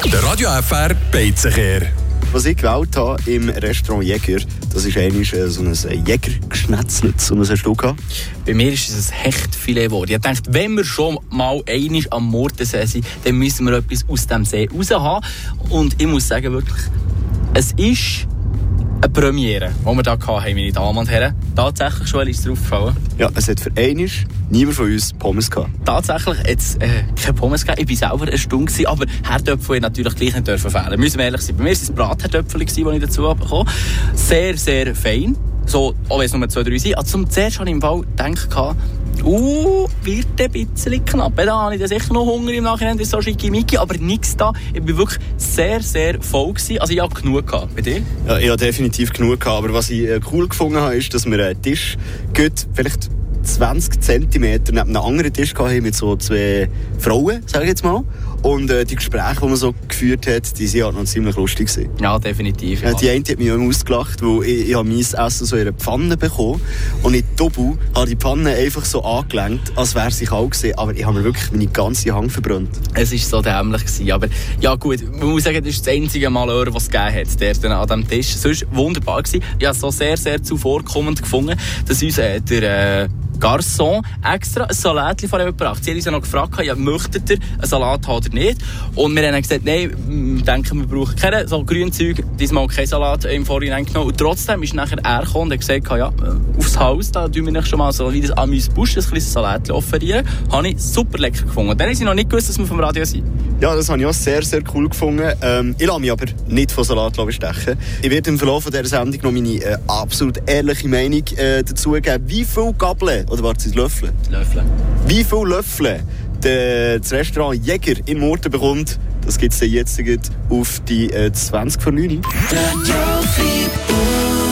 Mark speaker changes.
Speaker 1: Der Radio FR Beizenkehr.
Speaker 2: Was ich gewählt habe im Restaurant Jäger, das ist eigentlich so ein Jägergeschnetzelt, so ein Stück.
Speaker 3: Bei mir ist es ein Hechtfilet geworden. Ich dachte, wenn wir schon mal einmal am Mordensee sind, dann müssen wir etwas aus dem See raus haben. Und ich muss sagen, wirklich, es ist eine Premiere, die wir hier hatten, meine Damen und Herren. Tatsächlich, Joel, ist es drauf gefallen?
Speaker 2: Ja, es hat für einmal niemand von uns Pommes gehabt.
Speaker 3: Tatsächlich jetzt keine Pommes gegeben. Ich war selber eine Stunde, aber Herdöpfel natürlich gleich nicht fehlen. Müssen wir ehrlich sein. Bei mir waren es Bratherdöpfel, die ich dazu bekommen habe. Sehr, sehr fein. So, auch wenn es nur 2, 3 sind. Also zum zuerst habe ich im Fall gedacht, wird ein bisschen knapp. Da habe ich dann sicher noch Hunger im Nachhinein, das ist so schickimicki, aber nichts da. Ich war wirklich sehr, sehr voll gewesen. Also ich hatte genug gehabt. Bei dir?
Speaker 2: Ja, ich habe definitiv genug gehabt. Aber was ich cool gefunden habe, ist, dass wir einen Tisch vielleicht 20 cm neben einem anderen Tisch hatten mit so 2 Frauen, sage ich jetzt mal. Und die Gespräche, die man so geführt hat, die waren halt noch ziemlich lustig.
Speaker 3: Ja, definitiv.
Speaker 2: Ja. Die eine hat mich immer ausgelacht, weil ich habe mein Essen so in einer Pfanne bekommen und in Tobu habe die Pfanne einfach so angelenkt, als wäre sie kalt gewesen. Aber ich habe mir wirklich meine ganze Hand verbrannt.
Speaker 3: Es war so dämlich gewesen. Aber ja gut, man muss sagen, das ist das einzige Malheur, was es gegeben hat, der dann an diesem Tisch. Sonst wunderbar gewesen. Ich habe es so sehr, sehr zuvorkommend gefunden, dass uns der Garçon extra ein Salatchen von ihm gebracht. Sie haben uns ja noch gefragt, ja, möchtet ihr einen Salat haben oder nicht? Und wir haben gesagt, nein, wir denken, wir brauchen keine so Grünzeug, diesmal kein Salat im Vorhinein genommen. Und trotzdem ist nachher er gekommen und hat gesagt, ja, aufs Haus, da tun wir schon mal so wie das Amüs-Busch, ein kleines Salatchen offerieren. Habe ich super lecker gefunden. Und dann haben sie noch nicht gewusst, dass wir vom Radio sind.
Speaker 2: Ja, das habe ich auch sehr, sehr cool gefunden. Ich lasse mich aber nicht von Salat bestechen. Ich werde im Verlauf dieser Sendung noch meine absolut ehrliche Meinung dazu geben. Wie viele Gabeln, oder warte, Löffel?
Speaker 3: Löffel.
Speaker 2: Wie viele Löffel das Restaurant Jäger in Murten bekommt, das gibt es jetzt auf die 20 vor 9.